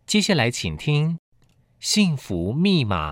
接下来请听《幸福密码》。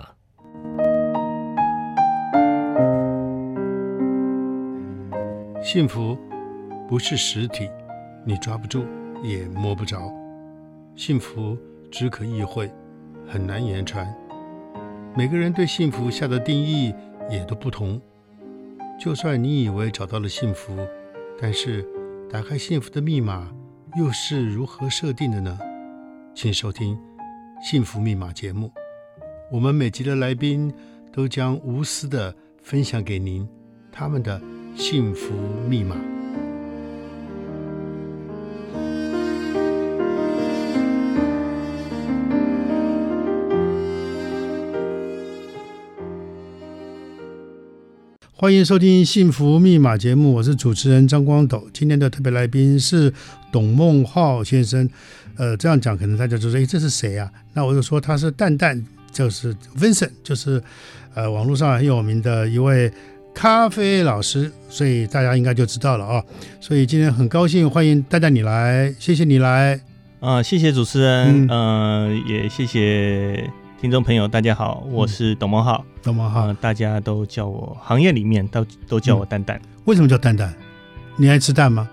幸福不是实体，你抓不住也摸不着。幸福只可意会，很难言传。每个人对幸福下的定义也都不同。就算你以为找到了幸福，但是打开幸福的密码又是如何设定的呢？请收听《幸福密码》节目，我们每集的来宾都将无私地分享给您他们的幸福密码。欢迎收听幸福密码节目，我是主持人张光斗。今天的特别来宾是董孟浩先生。这样讲可能大家就说这是谁啊？那我就说他是蛋蛋，就是 Vincent， 就是网络上很有名的一位咖啡老师，所以大家应该就知道了啊。所以今天很高兴欢迎蛋蛋你来，谢谢你来。 谢谢主持人，也谢谢听众朋友，大家好，我是董孟浩。 董孟浩， 大家都叫我，行业里面都叫我蛋蛋。 为什么叫蛋蛋？你爱吃蛋吗？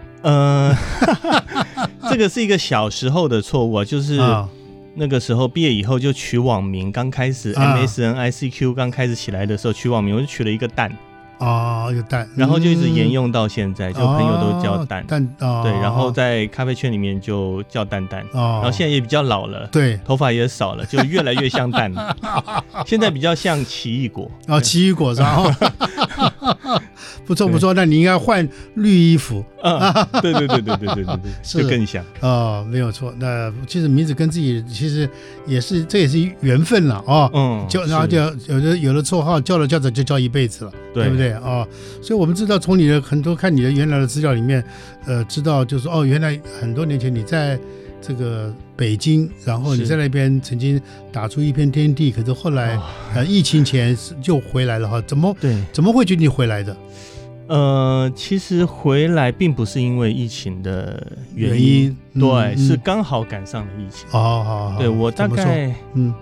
这个是一个小时候的错误啊，就是那个时候毕业以后就取网名，刚开始 MSN、ICQ 刚开始起来的时候取网名，我就取了一个蛋。一个蛋， 然后就一直沿用到现在，就朋友都叫蛋。对，然后在咖啡圈里面就叫蛋蛋。然后现在也比较老了， 对， 头发也少了，就越来越像蛋了。现在比较像奇异果。 奇异果是吧？不错不错，那你应该换绿衣服。 对，就更像。 没有错。那其实名字跟自己其实这也是缘分了啊。然后就有的绰号叫着叫着就叫一辈子了，对不对？所以我们知道从你的很多看你的原来的资料里面，知道就是说原来很多年前你在这个北京，然后你在那边曾经打出一片天地，可是后来疫情前就回来了哈。怎么会决定回来的？ 其实回来并不是因为疫情的原因，对，是刚好赶上了疫情。对，我大概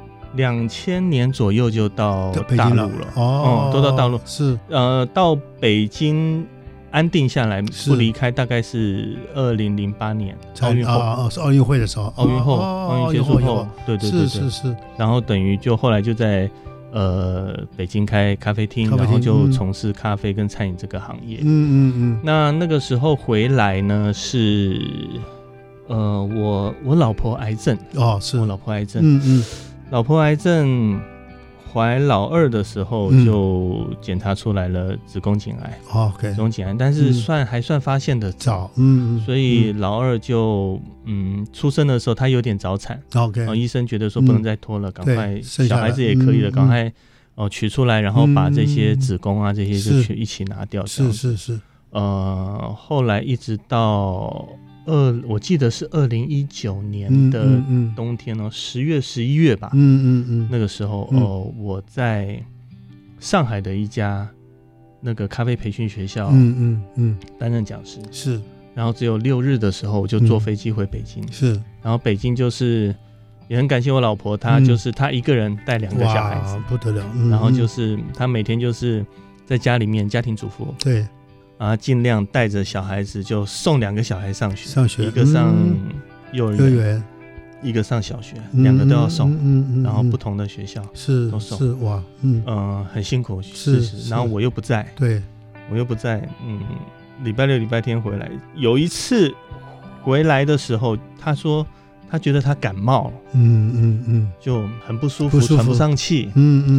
2000年左右就到大陆了，都到大陆。 是到北京安定下来不离开，大概是2008年奥运后， 是奥运会的时候， 奥运结束后，对， 是。然后等于就后来就在北京开咖啡厅，然后就从事咖啡跟餐饮这个行业。那个时候回来呢是我老婆癌症。是我老婆癌症。老婆癌症怀老二的时候就检查出来了子宫颈癌。子宫颈癌，但是还算发现的早。所以老二就出生的时候他有点早产。医生觉得说不能再拖了，赶快小孩子也可以了，赶快取出来，然后把这些子宫啊这些就一起拿掉。是。后来一直到我记得是2019年的冬天10月11月吧。那个时候我在上海的一家那个咖啡培训学校担任讲师。是。然后只有6日的时候我就坐飞机回北京。是。然后北京就是也很感谢我老婆，她就是她一个人带2个小孩子， 不得了。 然后就是她每天就是在家里面家庭主妇。对。尽量带着小孩子就送2个小孩上学，一个上幼儿园，一个上小学，2个都要送。然后不同的学校都送。是哇，很辛苦。是。然后我又不在。对。我又不在。礼拜六礼拜天回来，有一次回来的时候，他说他觉得他感冒了。就很不舒服，喘不上气。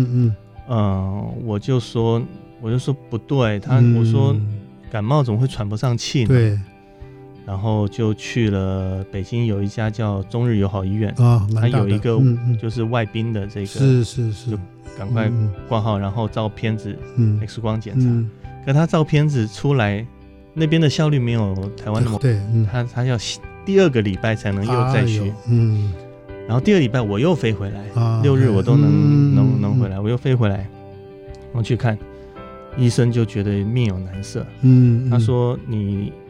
我就说不对，我说感冒怎么会喘不上气呢？对。然后就去了北京有一家叫中日友好医院。它有一个就是外宾的这个。是。就赶快挂号，然后照片子X 光检查。可他照片子出来，那边的效率没有台湾那么。对。他要第2个礼拜才能又再去。然后第2个礼拜我又飞回来，6日我都能回来，我又飞回来，我去看医生，就觉得面有难色。他说你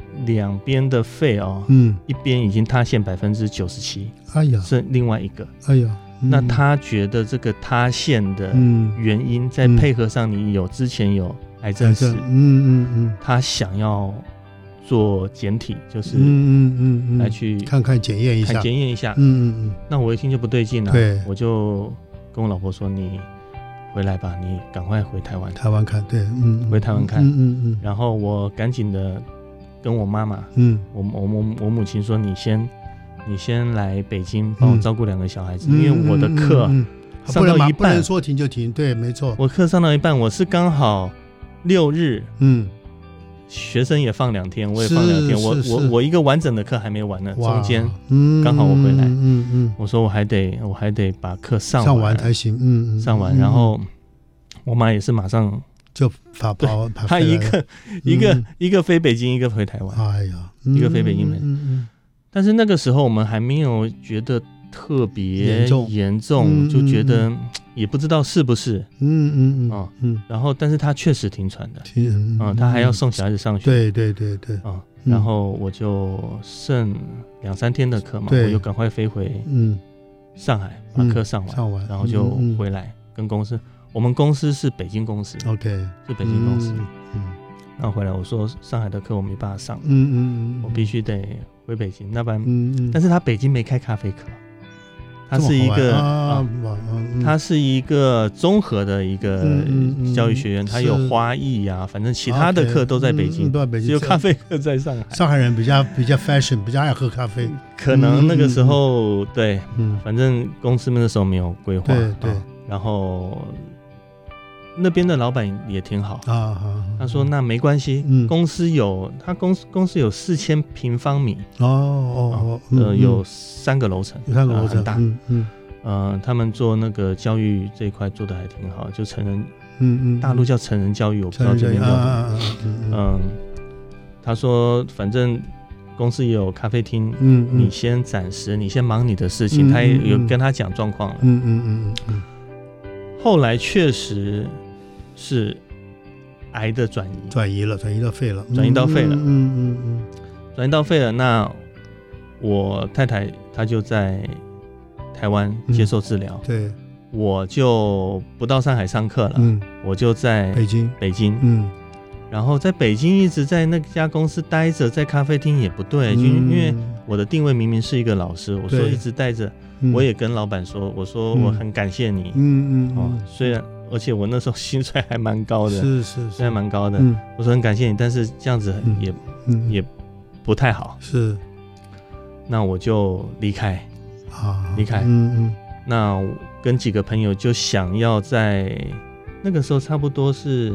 两边的肺哦，一边已经塌陷97%， 哎呀， 是另外一个， 哎呀， 那他觉得这个塌陷的原因，再配合上你之前有癌症史，他想要做检体，就是来去看看检验一下， 那我一听就不对劲了，我就跟我老婆说，你回来吧，你赶快回台湾看，对， 回台湾看，然后我赶紧的跟我妈妈，我母亲说，你先来北京帮我照顾2个小孩子，因为我的课上到一半， 不能说停就停，对，没错， 我课上到一半，我是刚好6日，学生也放2天，我也放2天，我一个完整的课还没完呢，中间刚好我回来，我说我还得把课上完才行，上完，然后我妈也是马上就发包， 她一个飞北京，一个回台湾， 哎呀， 一个飞北京但是那个时候我们还没有觉得特别严重，就觉得也不知道是不是，然后但是他确实停传的，他还要送小孩子上学， 对， 然后我就剩2-3天的课嘛，我就赶快飞回上海把课上完，然后就回来跟公司，我们公司是北京公司 ，OK， 是北京公司，然后回来我说上海的课我没办法上，我必须得回北京，那不然，但是他北京没开咖啡课，它是一个它是一个综合的一个教育学院，它有花艺啊，反正其他的课都在北京，只有咖啡课在上海。 上海人比较 fashion， 比较爱喝咖啡， 可能那个时候对，反正公司那时候没有规划，对，然后那边的老板也挺好他说那没关系，公司有4000平方米有3个楼层，很大，他们做那个教育这一块做的还挺好，就成人，大陆叫成人教育，我不知道这边叫什么，他说反正公司也有咖啡厅，你先暂时，你先忙你的事情，他也有跟他讲状况了，后来确实是癌的转移到肺了，转移到肺了。那我太太她就在台湾接受治疗， 对， 我就不到上海上课了，我就在北京，然后在北京一直在那家公司待着，在咖啡厅也不对，因为我的定位明明是一个老师，我说一直待着，我也跟老板说，我说我很感谢你，虽然而且我那时候薪水还蛮高的，是还蛮高的，我说很感谢你，但是这样子也不太好，是，那我就离开，那跟几个朋友就想要在那个时候差不多是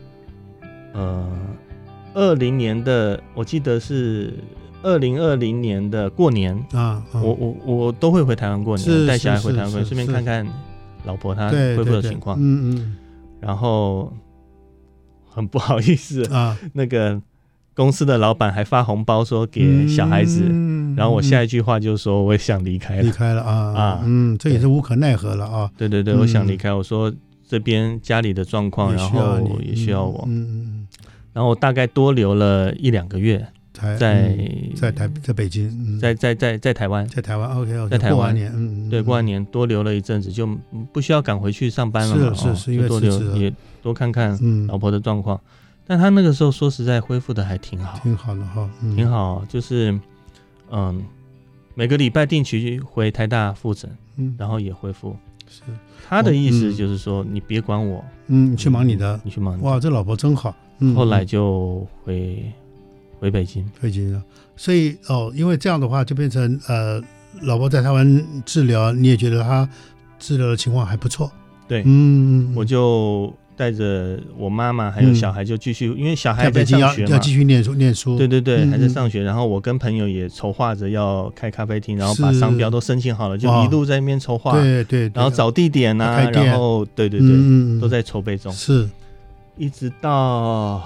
20年的，我记得是2020年的过年我都会回台湾过年，带小孩回台湾过年，顺便看看老婆她恢复的情况，然后很不好意思那个公司的老板还发红包说给小孩子，然后我下一句话就说我也想离开了， 这也是无可奈何了啊， 对，我想离开，我说这边家里的状况，然后也需要我，然后我大概多留了1-2个月，在北京， 在台湾 ，OK， 在台湾过完年， 对，过完年多留了一阵子，就不需要赶回去上班了嘛， 是，因为多留也多看看老婆的状况，但他那个时候说实在恢复的还挺好的哈， 挺好，就是每个礼拜定期回台大复诊，然后也恢复，是他的意思就是说你别管我， 你去忙你的，哇，这老婆真好， 后来就回北京了，所以因为这样的话就变成老婆在台湾治疗，你也觉得她治疗的情况还不错， 对，我就带着我妈妈还有小孩就继续，因为小孩在上学嘛， 要继续念书， 对，还在上学，然后我跟朋友也筹划着要开咖啡厅，然后把商标都申请好了，就一路在那边筹划， 对， 然后找地点啊，然后对，都在筹备中， 是， 一直到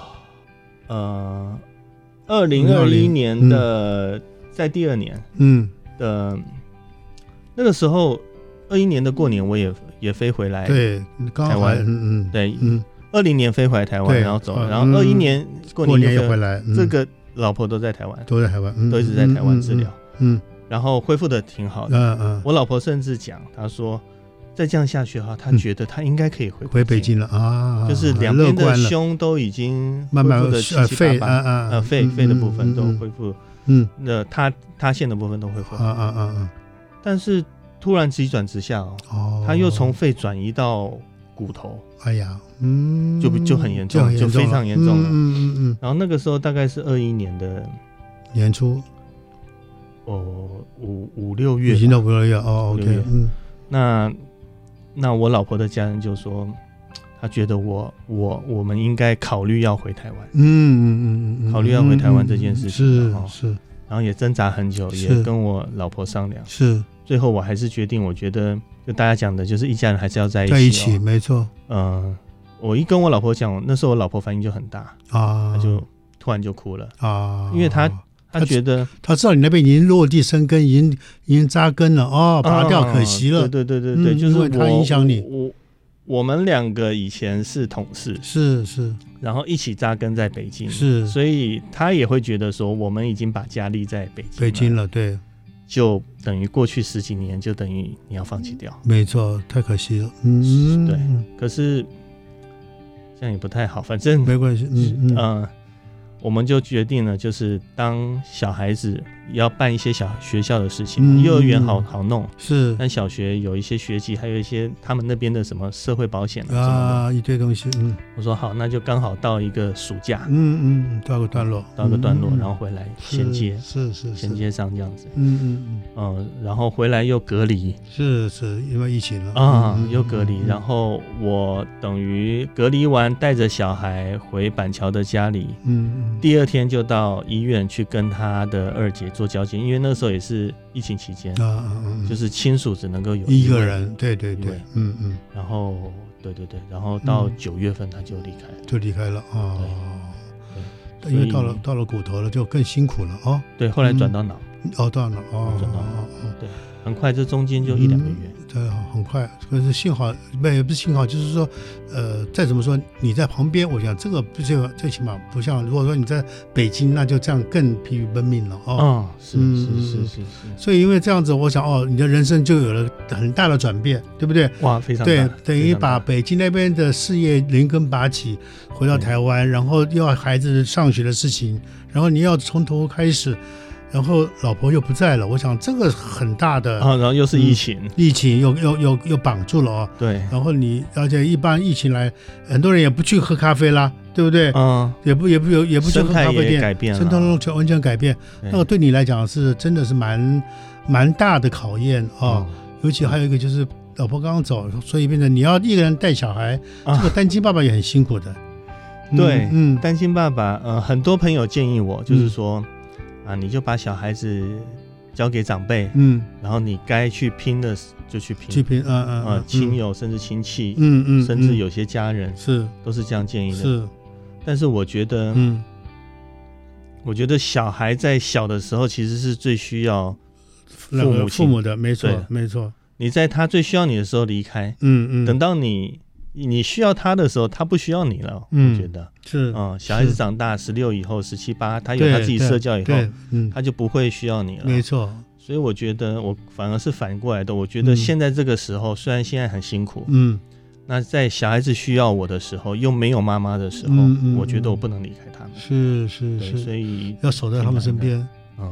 2021年的在第2年的那个时候，21年的过年我也飞回来， 对， 台湾，对，20年飞回来台湾，然后走了，然后21年过年也回来， 老婆都在台湾， 都在台湾， 都一直在台湾治疗，然后恢复的挺好的。 我老婆甚至讲，她说再这样下去哈，她觉得她应该可以回北京了啊， 就是两边的胸都已经慢慢恢复的七七八八，肺的部分都恢复，那塌陷的部分都恢复，但是突然急转直下她又从肺转移到骨头， 哎呀， 就很严重，就非常严重了。然后那个时候大概是21年的年初 ，5、6月， 已经到5、6月，OK， 那我老婆的家人就说，他觉得我们应该考虑要回台湾，考虑要回台湾这件事情， 是， 然后也挣扎很久，也跟我老婆商量， 是， 最后我还是决定，我觉得就大家讲的，就是一家人还是要在一起，没错。 我一跟我老婆讲，那时候我老婆反应就很大她就突然就哭了因为她觉得他知道你那边已经落地生根，已经扎根了拔掉可惜了。 对，就是他影响你。 我们2个以前是同事， 是， 然后一起扎根在北京， 是， 所以他也会觉得说，我们已经把家立在北京了，对， 就等于过去10几年，就等于你要放弃掉。 没错，太可惜了。 对，可是这样也不太好，反正没关系。 我们就决定了，就是当小孩子要办一些小学校的事情，幼儿园好弄， 是， 但小学有一些学籍，还有一些他们那边的什么社会保险一堆东西。 我说好，那就刚好到一个暑假， 到个段落， 然后回来衔接， 是衔接上这样子，然后回来又隔离， 是因为疫情了又隔离，然后我等于隔离完带着小孩回板桥的家里，第2天就到医院去跟他的2姐做交接，因为那时候也是疫情期间就是亲属只能够有一个人，对， 然后对，然后到9月份他就离开了， 对，因为到了骨头了就更辛苦了对，后来转到脑， 到脑， 转到脑，对，很快这中间就1、2个月， 对，很快。可是幸好，也不是幸好，就是说，再怎么说你在旁边，我想这个最起码不像，如果说你在北京，那就这样更疲于奔命了是。 所以因为这样子，我想你的人生就有了很大的转变，对不对？ 哇，非常大。 对，等于把北京那边的事业连根拔起，回到台湾，然后又要孩子上学的事情，然后你要从头开始。然后老婆又不在了，我想这个很大的然后又是疫情， 又绑住了对， 然后而且一般疫情来，很多人也不去喝咖啡啦，对不对？也不去喝咖啡店，生态也完全改变。那个对你来讲是真的是蛮大的考验尤其还有一个就是老婆刚刚走，所以变成你要一个人带小孩，这个单亲爸爸也很辛苦的。 对，单亲爸爸，很多朋友建议我，就是说。你就把小孩子交给长辈，然后你该去拼的就去拼，亲友甚至亲戚，甚至有些家人都是这样建议的。 是， 但是我觉得，小孩在小的时候其实是最需要父母的， 没错。 你在他最需要你的时候离开，等到你需要他的时候，他不需要你了。我觉得是小孩子长大16以后17、18，他有他自己社交以后，他就不会需要你了。 没错。 所以我觉得我反而是反过来的，我觉得现在这个时候，虽然现在很辛苦，那在小孩子需要我的时候，又没有妈妈的时候，我觉得我不能离开他们。 是， 所以要守在他们身边。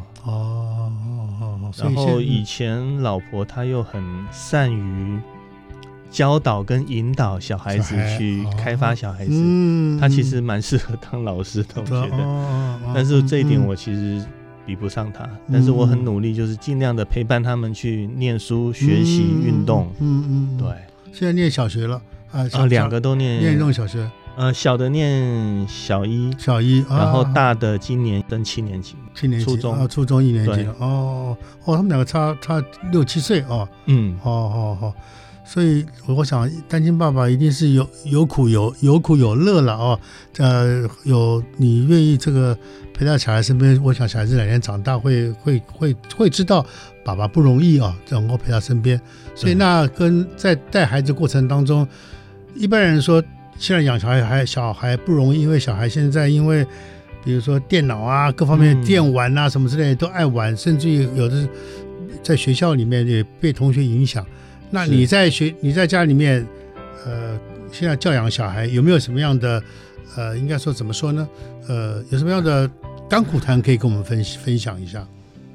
然后以前老婆她又很善于教导跟引导小孩子去开发小孩子，他其实蛮适合当老师的，我觉得。但是这一点我其实比不上他，但是我很努力，就是尽量的陪伴他们去念书、学习、运动。对。 现在念小学了 2个都念那种小学。 小的念小一，然后大的今年升7年级，初中 1年级了。他们2个差6、7岁所以我想单亲爸爸一定是有苦有乐了有你愿意这个陪在小孩身边，我想小孩子哪天长大会知道爸爸不容易能够陪他身边。所以那跟在带孩子过程当中，一般人说现在养小孩不容易，因为小孩现在因为比比如说电脑啊，各方面电玩啊什么之类的都爱玩，甚至于有的在学校里面也被同学影响。那你在家里面，现在教养小孩有没有什么样的应该说怎么说呢？有什么样的甘苦谈可以跟我们分享一下？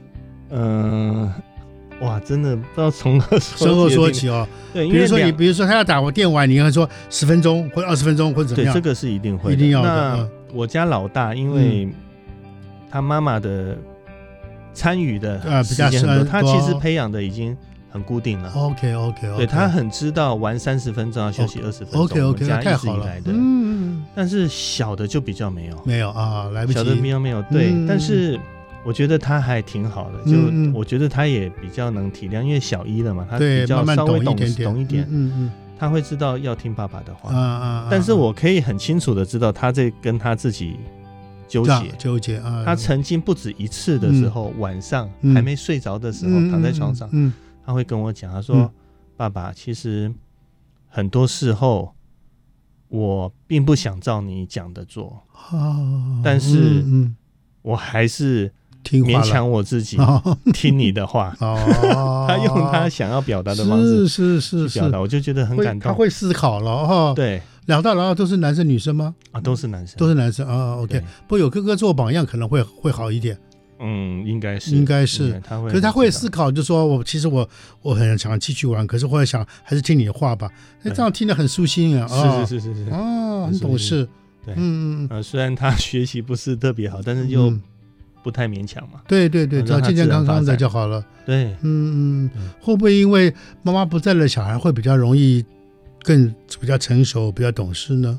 哇，真的不知道从何说起哦。对，比如说他要打电玩，你跟他说10分钟或20分钟或者怎么样？ 对，这个是一定会的， 一定要的。 那我家老大，因为他妈妈的参与的时间很多，他其实培养的已经很固定了。 OK， 对，他很知道玩30分钟要休息20分钟。 OK， 家太好了。 但是小的就比较没有啊，来不及。 小的比较没有，对，但是我觉得他还挺好的，就我觉得他也比较能体谅，因为小一了嘛，他比较稍微懂一点，他会知道要听爸爸的话。但是我可以很清楚的知道他在跟他自己纠结啊。他曾经不止一次的时候，晚上还没睡着的时候，躺在床上，他会跟我讲，他说：“爸爸，其实很多时候我并不想照你讲的做，但是我还是勉强我自己听你的话。”他用他想要表达的方式去表达，我就觉得很感动。 他会思考了对， 老大都是男生女生吗？ 都是男生啊。OK， 不过有哥哥做榜样可能会好一点。 应该是。 可是他会思考，就说其实我很想继续玩，可是我想还是听你的话吧。这样听得很舒心啊。 是很懂事。 对，虽然他学习不是特别好，但是又不太勉强嘛。 对，只要健健康康的就好了。 对， 会不会因为妈妈不在了，小孩会比较容易比较成熟，比较懂事呢？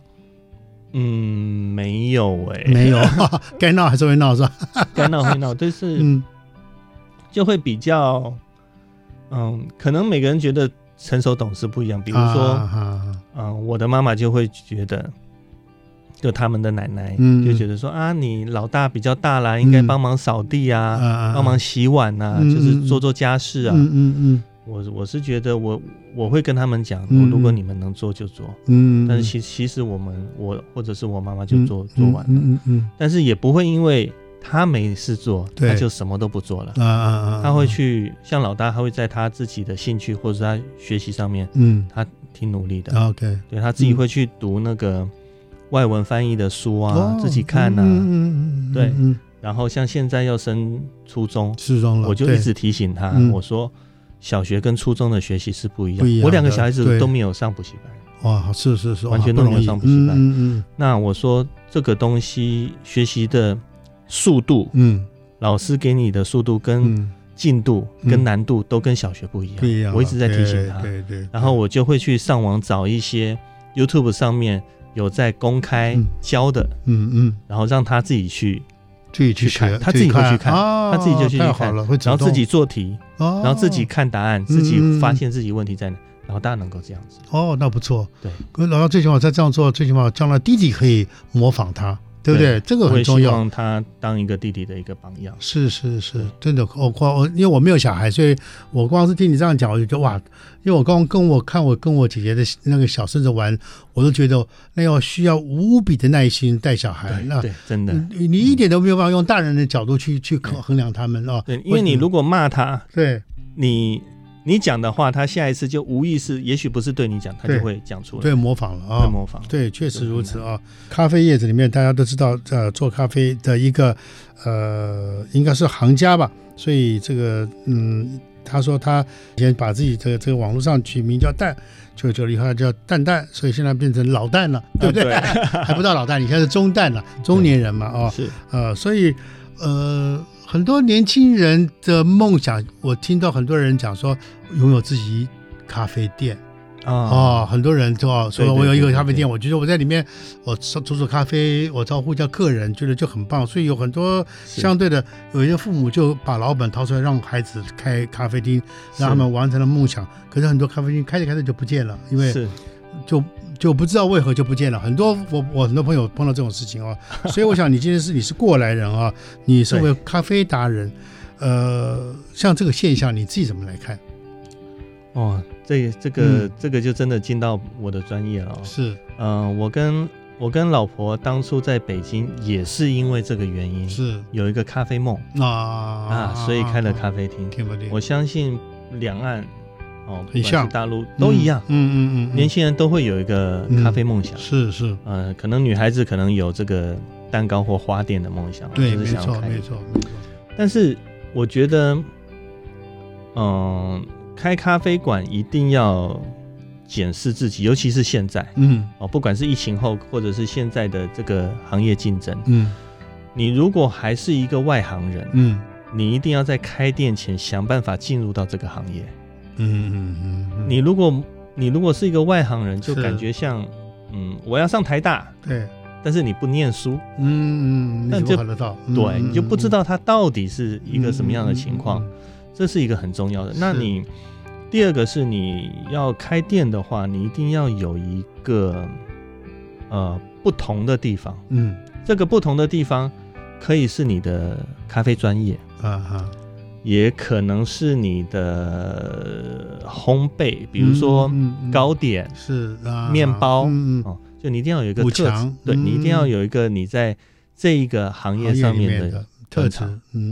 没有没有，该闹还是会闹是吧？ 该闹会闹，但是就会比较，可能每个人觉得成熟懂事不一样。比如说，我的妈妈就会觉得，就他们的奶奶就觉得说你老大比较大啦，应该帮忙扫地啊，帮忙洗碗啊，就是做家事啊。我是觉得我会跟他们讲，如果你们能做就做，但是其实我或者是我妈妈就做完了，但是也不会因为他没事做，他就什么都不做了。他会去像老大，他会在他自己的兴趣或者他学习上面，他挺努力的。 OK， 对，他自己会去读那个外文翻译的书啊，自己看啊，对。然后像现在要升初中了，我就一直提醒他，我说小学跟初中的学习是不一样。我2个小孩子都没有上补习班。 哇，是， 完全都没有上补习班。那我说这个东西学习的速度，老师给你的速度跟进度跟难度都跟小学不一样。我一直在提醒他。 对。 然后我就会去上网找一些 YouTube 上面有在公开教的，然后让他自己去看，他自己会去看，他自己就去看，然后自己做题，然后自己看答案，自己发现自己问题在哪，然后大家能够这样子。 那不错。 对， 老大最起码再这样做，最起码将来弟弟可以模仿他，对不对？这个很重要。 我也希望他当一个弟弟的一个榜样。 是，真的。因为我没有小孩，所以我光是听你这样讲，我就觉得哇，因为我刚跟我姐姐的那个小孙子玩，我都觉得那需要无比的耐心带小孩。 对，真的， 你一点都没有办法用大人的角度去衡量他们对，因为你如果骂他， 对你讲的话，他下一次就无意识，也许不是对你讲，他就会讲出来， 对，模仿了啊， 会模仿， 对，确实如此啊。咖啡叶子里面大家都知道，做咖啡的一个应该是行家吧，所以这个他说他以前把自己这个网络上取名叫蛋，就以后叫蛋，所以现在变成老蛋了，对不对？还不到老蛋，你现在是中蛋了，中年人嘛， 是所以很多年轻人的梦想，我听到很多人讲说拥有自己咖啡店很多人说我有一个咖啡店，我觉得我在里面我煮咖啡，我招呼叫客人，觉得就很棒。所以有很多相对的，有一些父母就把老本掏出来让孩子开咖啡厅，让他们完成了梦想。可是很多咖啡厅开着就不见了，因为就不知道为何就不见了。很多我很多朋友碰到这种事情所以我想你今天你是过来人你身为咖啡达人，像这个现象你自己怎么来看？这个就真的进到我的专业了。 是， 我跟我跟老婆当初在北京也是因为这个原因， 是有一个咖啡梦所以开了咖啡厅。我相信两岸不管是大陆都一样，年轻人都会有一个咖啡梦想， 是可能女孩子可能有这个蛋糕或花店的梦想， 对， 就是想要开， 没错。 但是我觉得，开咖啡馆一定要检视自己，尤其是现在，不管是疫情后，或者是现在的这个行业竞争，你如果还是一个外行人，你一定要在开店前想办法进入到这个行业。你如果是一个外行人，就感觉像，我要上台大， 对， 但是你不念书， 那就考得到， 对，你就不知道它到底是一个什么样的情况，这是一个很重要的。那你第二个是你要开店的话，你一定要有一个不同的地方，这个不同的地方可以是你的咖啡专业，也可能是你的烘焙，比如说糕点， 是面包，就你一定要有一个特质，对，你一定要有一个你在这一个行业上面的特质，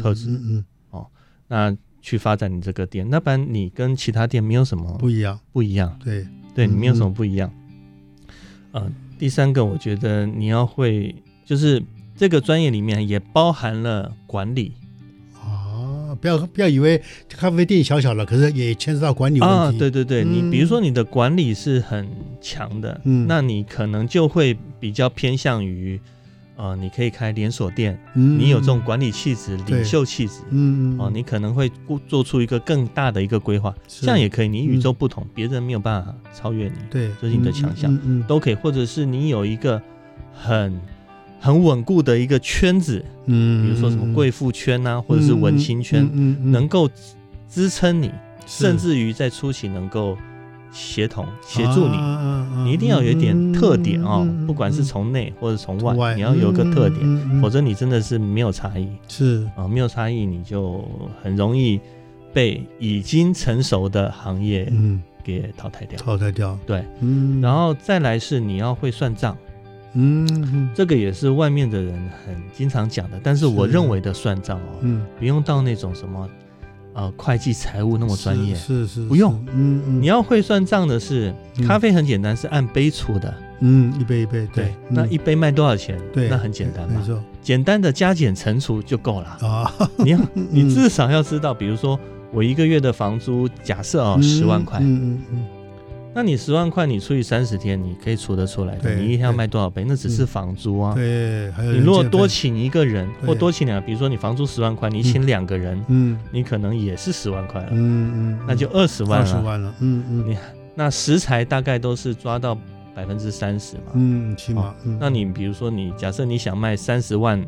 那去发展你这个店，那不然你跟其他店没有什么不一样，对，你没有什么不一样。第三个，我觉得你要会，就是这个专业里面也包含了管理。 不要以为咖啡店小小的，可是也牵涉到管理问题。 对，你比如说你的管理是很强的，那你可能就会比较偏向于，你可以开连锁店，你有这种管理气质、领袖气质，你可能会做出一个更大的一个规划，这样也可以。你与众不同，别人没有办法超越你，对，这是你的强项，都可以。或者是你有一个很稳固的一个圈子，比如说什么贵妇圈啊，或者是文青圈，能够支撑你，甚至于在初期能够协助你，你一定要有一点特点不管是从内或者从外，你要有个特点，否则你真的是没有差异，没有差异，你就很容易被已经成熟的行业给淘汰掉，对，然后再来是你要会算账。这个也是外面的人很经常讲的，但是我认为的算账不用到那种什么会计财务那么专业， 是不用，你要会算账的是，咖啡很简单，是按杯出的， 一杯，对， 那一杯卖多少钱？ 对， 那很简单嘛， 没错， 简单的加减乘除就够了你至少要知道，比如说我一个月的房租假设10万块，那你10万块，你除以30天，你可以除得出来的。你一天要卖多少杯？那只是房租啊。 对，还有你如果多请一个人，或多请2个，比如说你房租10万块，你请2个人，你可能也是10万块了。那就20万了。20万了。你那食材大概都是抓到30%嘛。 起码。 那你比如说你假设你想卖30万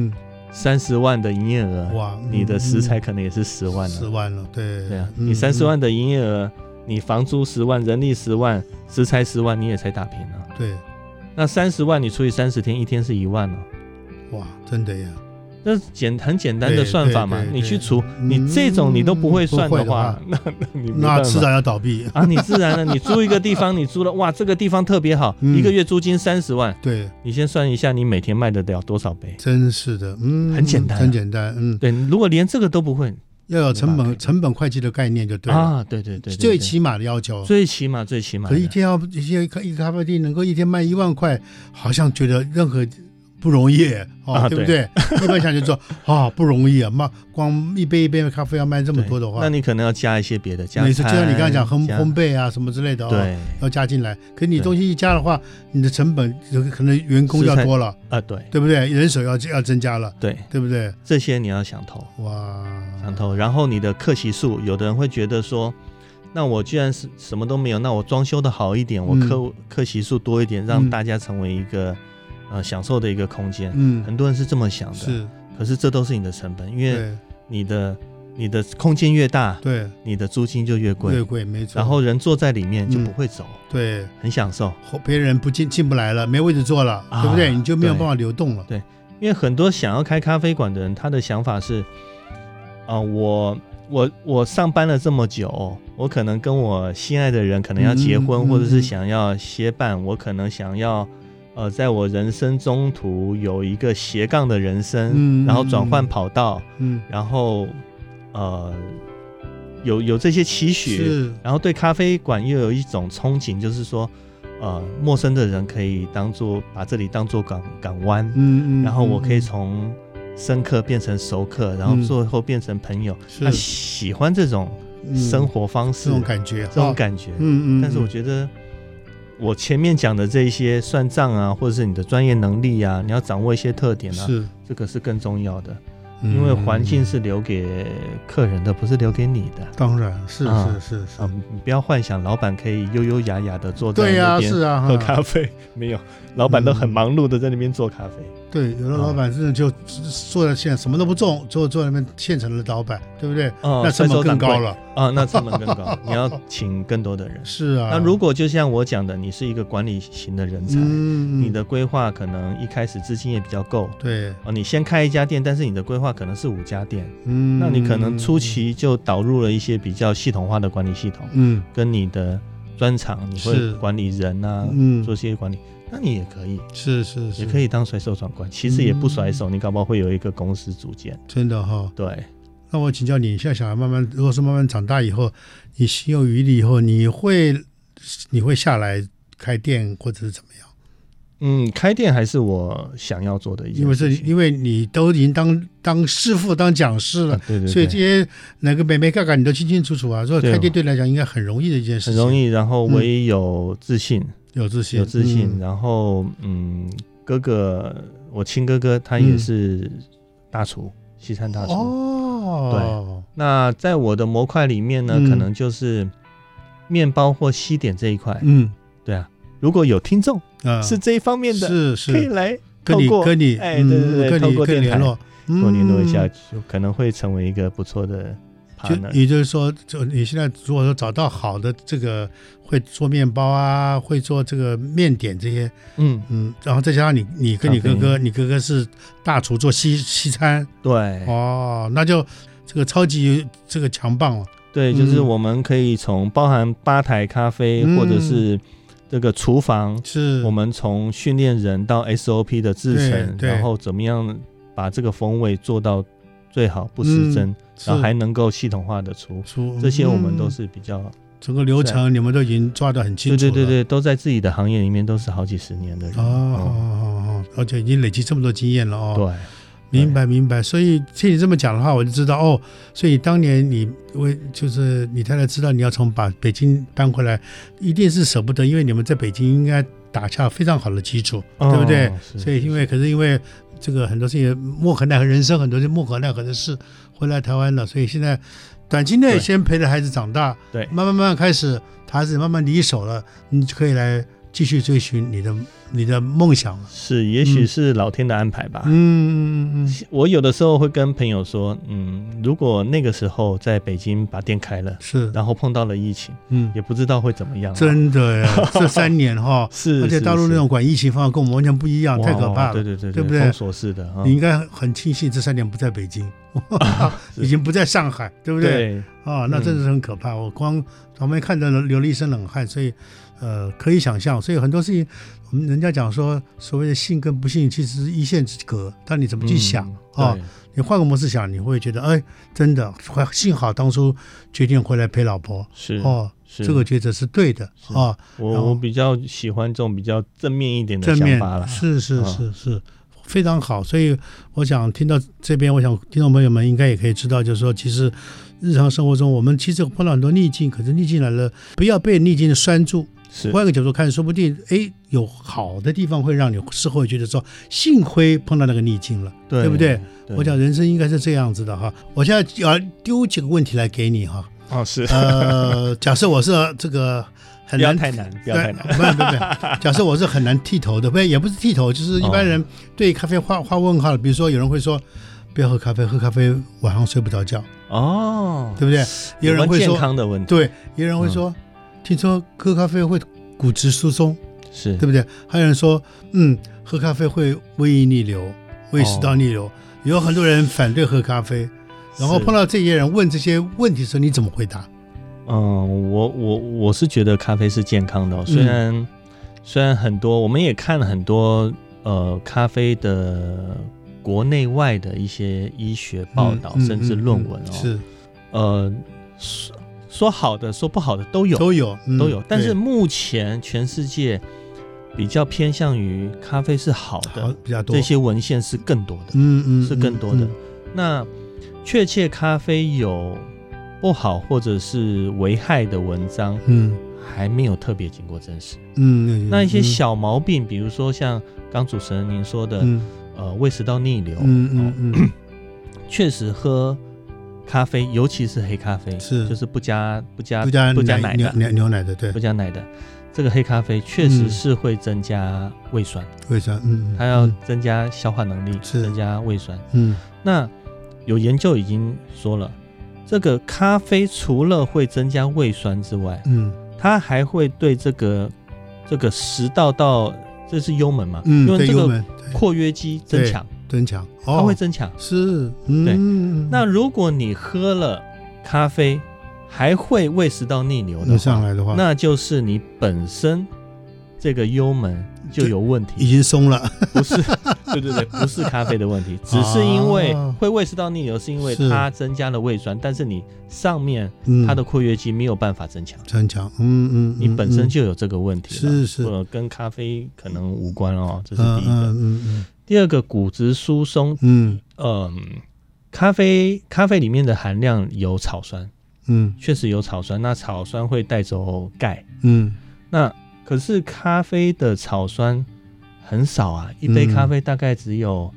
，30万的营业额，哇，你的食材可能也是10万了。 10万了，对啊，你30万的营业额。你房租10万，人力10万，食材10万，你也才打平了。 对， 那30万你除以30天，一天是1万了。 哇，真的呀！ 这是很简单的算法嘛。你去除，你这种你都不会算的话， 那迟早要倒闭啊！你自然了，你租一个地方，你租了哇，这个地方特别好，一个月租金30万。 对， 你先算一下，你每天卖得了多少杯？ 真是的， 很简单， 很简单， 对，如果连这个都不会。 要有成本会计的概念就对了啊，对， 最起码的要求， 最起码。 可一天一个咖啡店能够一天卖1万块，好像觉得任何不容易对不对？一般想就说不容易啊，光一杯咖啡要卖这么多的话， 那你可能要加一些别的， 没错，就像你刚才讲烘焙啊什么之类的对， 要加进来。可是你东西一加的话，你的成本可能员工要多了啊， 对不对？人手要增加了，对不对？ 这些你要想透，想透。然后你的客席数，有的人会觉得说，那我既然是什么都没有，那我装修的好一点，我客席数多一点，让大家成为一个享受的一个空间。很多人是这么想的，可是这都是你的成本，因为你的空间越大，对，你的租金就越贵， 没错。 然后人坐在里面就不会走， 对， 很享受。 别人进不来了，没位置坐了，对不对？你就没有办法流动了。 对，因为很多想要开咖啡馆的人，他的想法是，我上班了这么久，我可能跟我心爱的人可能要结婚，或者是想要歇伴，我可能想要在我人生中途有一个斜杠的人生，然后转换跑道，然后有这些期许，然后对咖啡馆又有一种憧憬，就是说陌生的人可以把这里当作港湾，然后我可以从生客变成熟客，然后最后变成朋友，他喜欢这种生活方式， 这种感觉， 但是我觉得我前面讲的这些算账啊，或者是你的专业能力啊，你要掌握一些特点啊，这个是更重要的，因为环境是留给客人的，不是留给你的。 当然是你不要幻想老板可以优优雅雅的坐在那边喝咖啡，没有，老板都很忙碌的在那边做咖啡。 对，有的老板真的就坐在现在什么都不做，坐在那边现成的老板，对不对？那成本更高了那成本更高，你要请更多的人。 是啊。 那如果就像我讲的，你是一个管理型的人才，你的规划可能一开始资金也比较够。 对。 你先开一家店，但是你的规划可能是5家店。那你可能初期就导入了一些比较系统化的管理系统。跟你的专长，你会管理人啊，做些管理。那你也可以， 是也可以当甩手长官，其实也不甩手，你搞不好会有一个公司组建。 真的哈。 对。 那我请教你，现在小孩如果是慢慢长大以后，你心有余力以后，你会下来开店或者是怎么样？ 开店还是我想要做的一件事情， 因为你都已经当师傅当讲师了， 对， 所以这些哪个美嘎嘎你都清清楚楚啊。所以开店对来讲应该很容易的一件事情， 很容易。然后我也有自信。有自信，然后哥哥，我亲哥哥他也是大厨，西餐大厨。对。那在我的模块里面呢，可能就是面包或西点这一块。对啊，如果有听众是这一方面的，是可以来跟你对，透过电台跟我联络一下，就可能会成为一个不错的。 也就是说，你现在如果说找到好的这个会做面包啊，会做这个面点这些，然后再加上你跟你哥哥是大厨做西餐， 对， 那就这个超级这个强棒了。 对，就是我们可以从包含吧台咖啡，或者是这个厨房，我们从训练人到 SOP 的制成，然后怎么样把这个风味做到最好不失真，然后还能够系统化的出这些我们都是比较整个流程你们都已经抓得很清楚了。 对，都在自己的行业里面都是好几十年的人而且已经累积这么多经验了对， 明白。所以听你这么讲的话，我就知道所以当年就是你太太知道你要把北京搬回来，一定是舍不得，因为你们在北京应该打下非常好的基础，对不对？所以因为这个很多事情莫可奈何，人生很多是莫可奈何的事，回来台湾了，所以现在短期内先陪着孩子长大， 对， 慢慢开始，孩子慢慢离手了，你就可以来继续追寻你的梦想了。 是，也许是老天的安排吧。我有的时候会跟朋友说，如果那个时候在北京把店开了，然后碰到了疫情，也不知道会怎么样。 真的呀，这3年是， 而且大陆那种管疫情方法跟我们完全不一样，太可怕了。对不对？ 封锁式的， 你应该很庆幸这3年不在北京，已经不在上海，对不对？那真的是很可怕。我光旁边看着流了一身冷汗，所以可以想象。所以很多事情，我们人家讲说，所谓的幸跟不幸其实是一线之隔，但你怎么去想你换个模式想，你会觉得真的幸好当初决定回来陪老婆， 是这个抉择是对的我比较喜欢这种比较正面一点的想法啦。 是非常好。所以我想听到这边，我想听众朋友们应该也可以知道，就是说其实日常生活中我们其实碰到很多逆境，可是逆境来了不要被逆境拴住，换个角度看，说不定有好的地方会让你事后觉得说幸亏碰到那个逆境了，对不对？我想人生应该是这样子的我现在要丢几个问题来给你是假设我是这个很难， 不要太难不假设我是很难剃头的，也不是剃头，就是一般人对咖啡画问号的。比如说有人会说不要喝咖啡晚上睡不着觉对不对？有人会说健康的问题， 对，有人会说听说喝咖啡会骨质疏松， 是对不对？还有人说喝咖啡会胃液逆流，胃食道逆流，有很多人反对喝咖啡。然后碰到这些人问这些问题的时候，你怎么回答？ 我是觉得咖啡是健康的虽然虽然很多，我们也看了很多咖啡的国内外的一些医学报道，甚至论文是说好的说不好的都有，但是目前全世界比较偏向于咖啡是好的比较多， 这些文献是更多的，是更多的。那确切咖啡有不好或者是危害的文章，还没有特别经过证实。那一些小毛病，比如说像刚主持人您说的，胃食道逆流，确实喝咖啡，尤其是黑咖啡，就是不加奶的牛奶的，对， 不加奶的。这个黑咖啡确实是会增加胃酸，它要增加消化能力，增加胃酸。那有研究已经说了，这个咖啡除了会增加胃酸之外，它还会对这个食道到这是幽门嘛，因为这个括约肌增强，它会增强。 是， 对。那如果你喝了咖啡还会胃食道逆流的话，那就是你本身这个幽门就有问题， 已经松了。 不是，对，不是咖啡的问题，只是因为会胃食道逆流，是因为它增加了胃酸，但是你上面它的括约肌没有办法增强，你本身就有这个问题了，是跟咖啡可能无关哦，这是第一个。第二个，骨质疏松，咖啡里面的含量有草酸，确实有草酸，那草酸会带走钙，那可是咖啡的草酸很少啊，一杯咖啡大概只有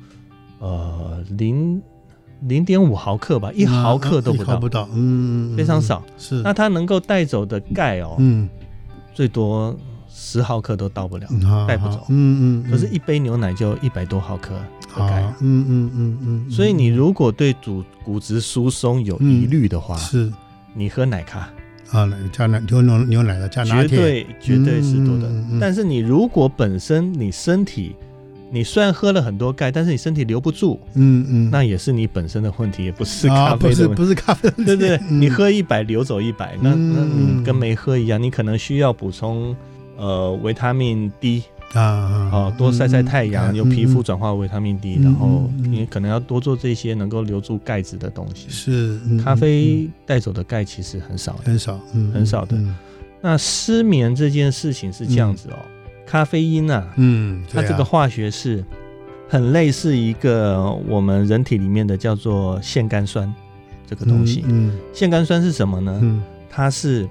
0.5毫克吧，1毫克都不到，非常少。是，那它能够带走的钙最多10毫克都到不了，带不走。可是一杯牛奶就100多毫克的钙。所以你如果对骨质疏松有疑虑的话，是你喝奶咖。 加牛奶的加拿铁， 绝对是多的。但是你如果本身你身体，你虽然喝了很多钙，但是你身体留不住，那也是你本身的问题，也不是咖啡的问题， 不是咖啡的问题。 对，你喝100流走100，那你跟没喝一样，你可能需要补充维他命 D。多晒晒太阳，由皮肤转化维他命 D，然后你可能要多做这些能够留住钙质的东西。 是， 咖啡带走的钙其实很少，很少的。那失眠这件事情是这样子哦，咖啡因啊，它这个化学式很类似一个我们人体里面的叫做腺苷酸这个东西。腺苷酸是什么呢？它是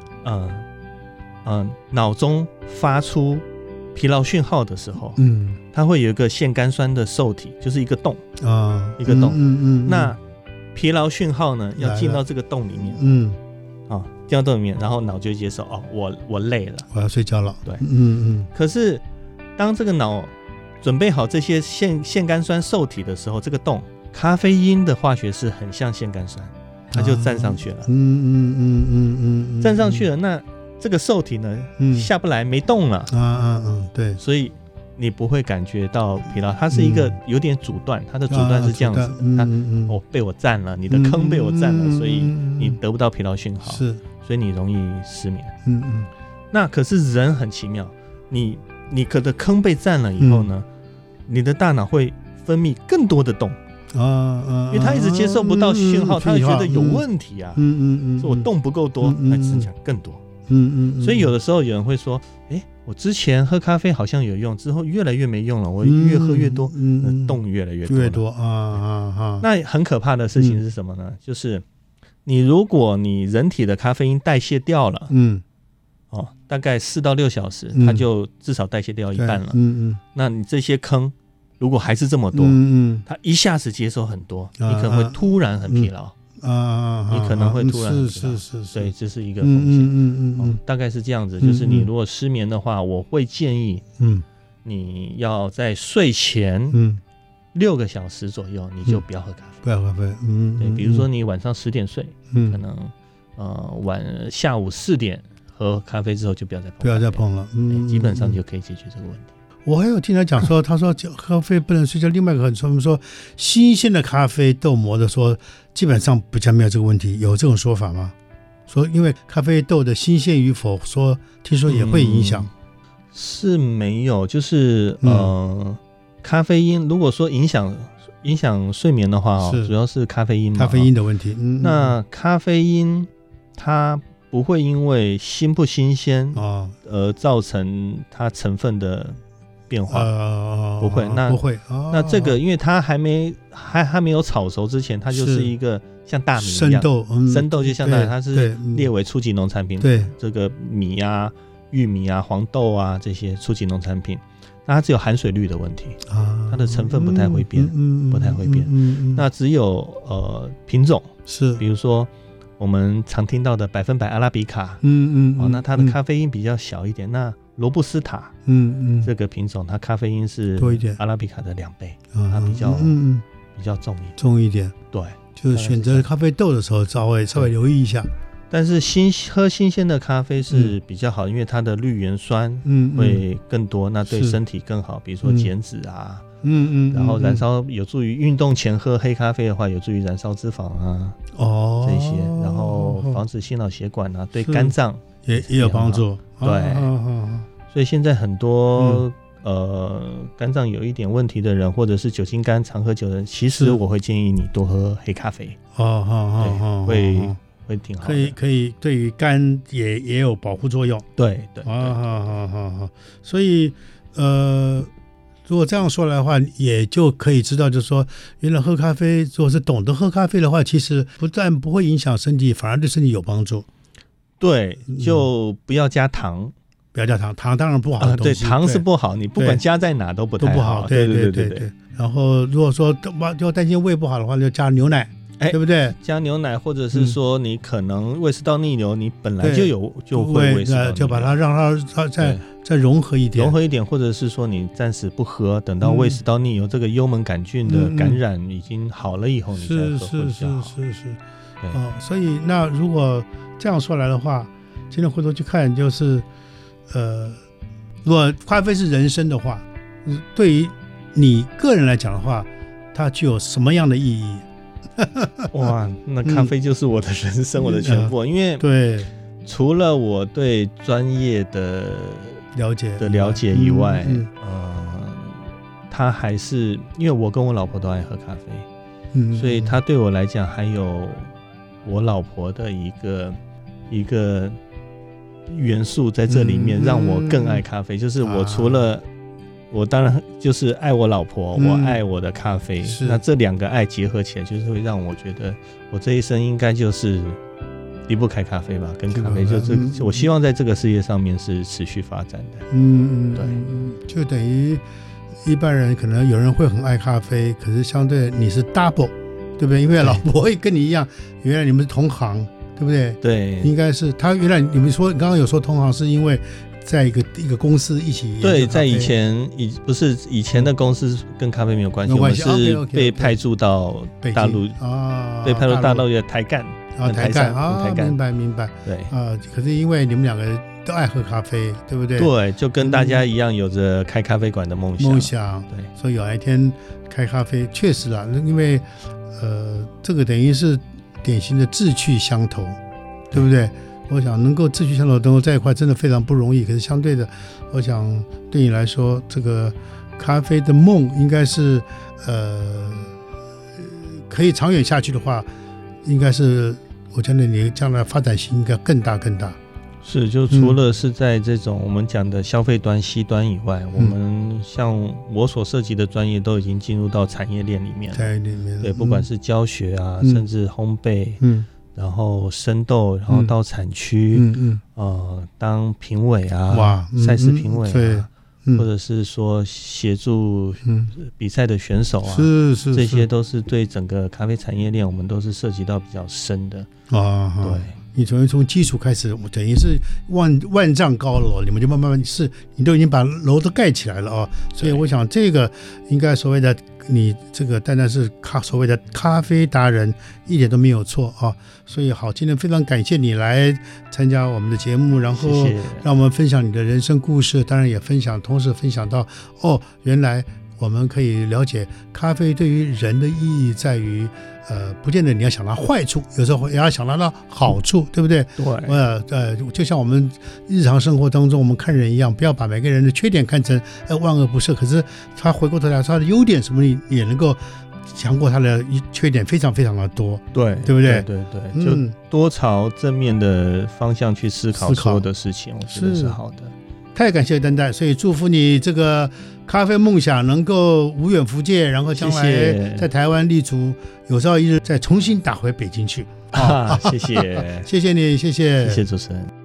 脑中发出疲劳讯号的时候，它会有一个腺苷酸的受体，就是一个洞一个洞。那疲劳讯号呢，要进到这个洞里面，进到洞里面，然后脑就接受我累了， 我要睡觉了。 对，可是当这个脑准备好这些腺苷酸受体的时候，这个洞咖啡因的化学式很像腺苷酸，它就站上去了。站上去了，那这个受体呢，下不来，没动了。 对， 所以你不会感觉到疲劳，它是一个有点阻断，它的阻断是这样子的，它被我占了，你的坑被我占了，所以你得不到疲劳讯号，是，所以你容易失眠。那可是人很奇妙，你的坑被占了以后呢，你的大脑会分泌更多的动。因为他一直接受不到讯号，他会觉得有问题啊，说我动不够多，那只想更多。所以有的时候有人会说，我之前喝咖啡好像有用，之后越来越没用了，我越喝越多，动越来越多那很可怕的事情是什么呢？就是如果你人体的咖啡因代谢掉了，大概4到6小时，它就至少代谢掉一半了。那你这些坑如果还是这么多，它一下子接收很多，你可能会突然很疲劳。你可能会突然很疲劳，对，这是一个风险。大概是这样子，就是你如果失眠的话，我会建议，你要在睡前6个小时左右，你就不要喝咖啡， 不要喝咖啡。 对，比如说你晚上10点睡，可能下午4点喝咖啡之后就不要再碰了，基本上就可以解决这个问题。 我还有听他讲说，他说咖啡不能睡觉。另外一个说新鲜的咖啡豆磨的说，基本上比较没有这个问题，有这种说法吗？说因为咖啡豆的新鲜与否，听说也会影响。 是没有，就是咖啡因如果说影响睡眠的话，主要是咖啡因嘛， 咖啡因的问题。 那咖啡因它不会因为新不新鲜而造成它成分的变化，不会。 不会。 那这个因为它还没有炒熟之前，它就是一个像大米一样，生豆就像大米，它是列为初级农产品。 对， 这个米啊、玉米啊、黄豆啊这些初级农产品，那它只有含水率的问题，它的成分不太会变，不太会变。那只有品种是，比如说我们常听到的100%阿拉比卡，那它的咖啡因比较小一点。那罗布斯塔，这个品种它咖啡因是多一点， 阿拉比卡的2倍，它比较重一点。对， 就是选择咖啡豆的时候稍微留意一下。 但是喝新鲜的咖啡是比较好，因为它的绿原酸会更多，那对身体更好，比如说减脂啊，然后燃烧，有助于运动前喝黑咖啡的话，有助于燃烧脂肪啊，这些，然后防止心脑血管啊，对肝脏也有帮助。 对，所以现在很多肝脏有一点问题的人，或者是酒精肝常喝酒的人，其实我会建议你多喝黑咖啡。会挺好的， 可以对于肝也有保护作用。 对， 所以如果这样说来的话，也就可以知道，就是说，原来喝咖啡，如果是懂得喝咖啡的话，其实不但不会影响身体，反而对身体有帮助。 对，就不要加糖。 不要加糖，糖当然不好的东西。 对，糖是不好，你不管加在哪都不太好。 对。然后如果说要担心胃不好的话，就加牛奶。对不对？ 加牛奶，或者是说你可能胃食道逆流，你本来就会胃食道逆流， 就把它让它再融合一点， 或者是说你暂时不喝，等到胃食道逆流这个幽门杆菌的感染已经好了以后，你再喝会比较好。 是。所以那如果这样说来的话，今天回头去看，就是如果咖啡是人生的话，对于你个人来讲的话，它具有什么样的意义？ 哇，那咖啡就是我的人生，我的全部。因为对， 除了我对专业的了解以外，它还是因为我跟我老婆都爱喝咖啡，所以它对我来讲还有我老婆的一个元素在这里面，让我更爱咖啡。就是我除了我当然就是爱我老婆，我爱我的咖啡，那这两个爱结合起来，就是会让我觉得我这一生应该就是离不开咖啡吧，跟咖啡我希望在这个世界上面是持续发展的。 对，就等于一般人可能有人会很爱咖啡，可是相对你是 double， 对不对？因为老婆会跟你一样，原来你们是同行，对不对？ 对， 应该是他原来你们说刚刚有说同行是因为在一个公司一起。 对，在以前不是以前的公司跟咖啡没有关系，我们是被派驻到大陆被派驻大陆的台干台干明白。 对可是因为你们两个人都爱喝咖啡，对不对？ 对，就跟大家一样有着开咖啡馆的梦想。 对，所以有一天开咖啡确实啊，因为这个等于是典型的志趣相投，对不对？我想能够志趣相投能够在一块真的非常不容易，可是相对的，我想对你来说，这个咖啡的梦应该是可以长远下去的话，应该是我觉得你将来发展性应该更大。 是，就除了是在这种我们讲的消费端 C 端以外，我们像我所涉及的专业都已经进入到产业链里面了。对，不管是教学啊，甚至烘焙，然后生豆，然后到产区，当评委啊，赛事评委啊，或者是说协助比赛的选手啊， 是这些都是对整个咖啡产业链，我们都是涉及到比较深的。对。 你从基础开始，等于是万丈高楼，你们就慢慢你都已经把楼都盖起来了所以我想这个应该所谓的你这个单单是所谓的咖啡达人一点都没有错所以好，今天非常感谢你来参加我们的节目，然后让我们分享你的人生故事，当然也同时分享到原来我们可以了解咖啡对于人的意义在于不见得你要想到坏处，有时候也要想到好处，对不对？ 对， 就像我们日常生活当中我们看人一样，不要把每个人的缺点看成万恶不赦，可是他回过头来他的优点什么你也能够强过他的缺点非常非常的多， 对， 对不对？ 对，就多朝正面的方向去思考所有的事情，我觉得是好的。 太感谢丹丹，所以祝福你这个咖啡梦想能够无远弗届，然后将来在台湾立足，有朝一日再重新打回北京去。 谢谢， 谢谢你，谢谢主持人。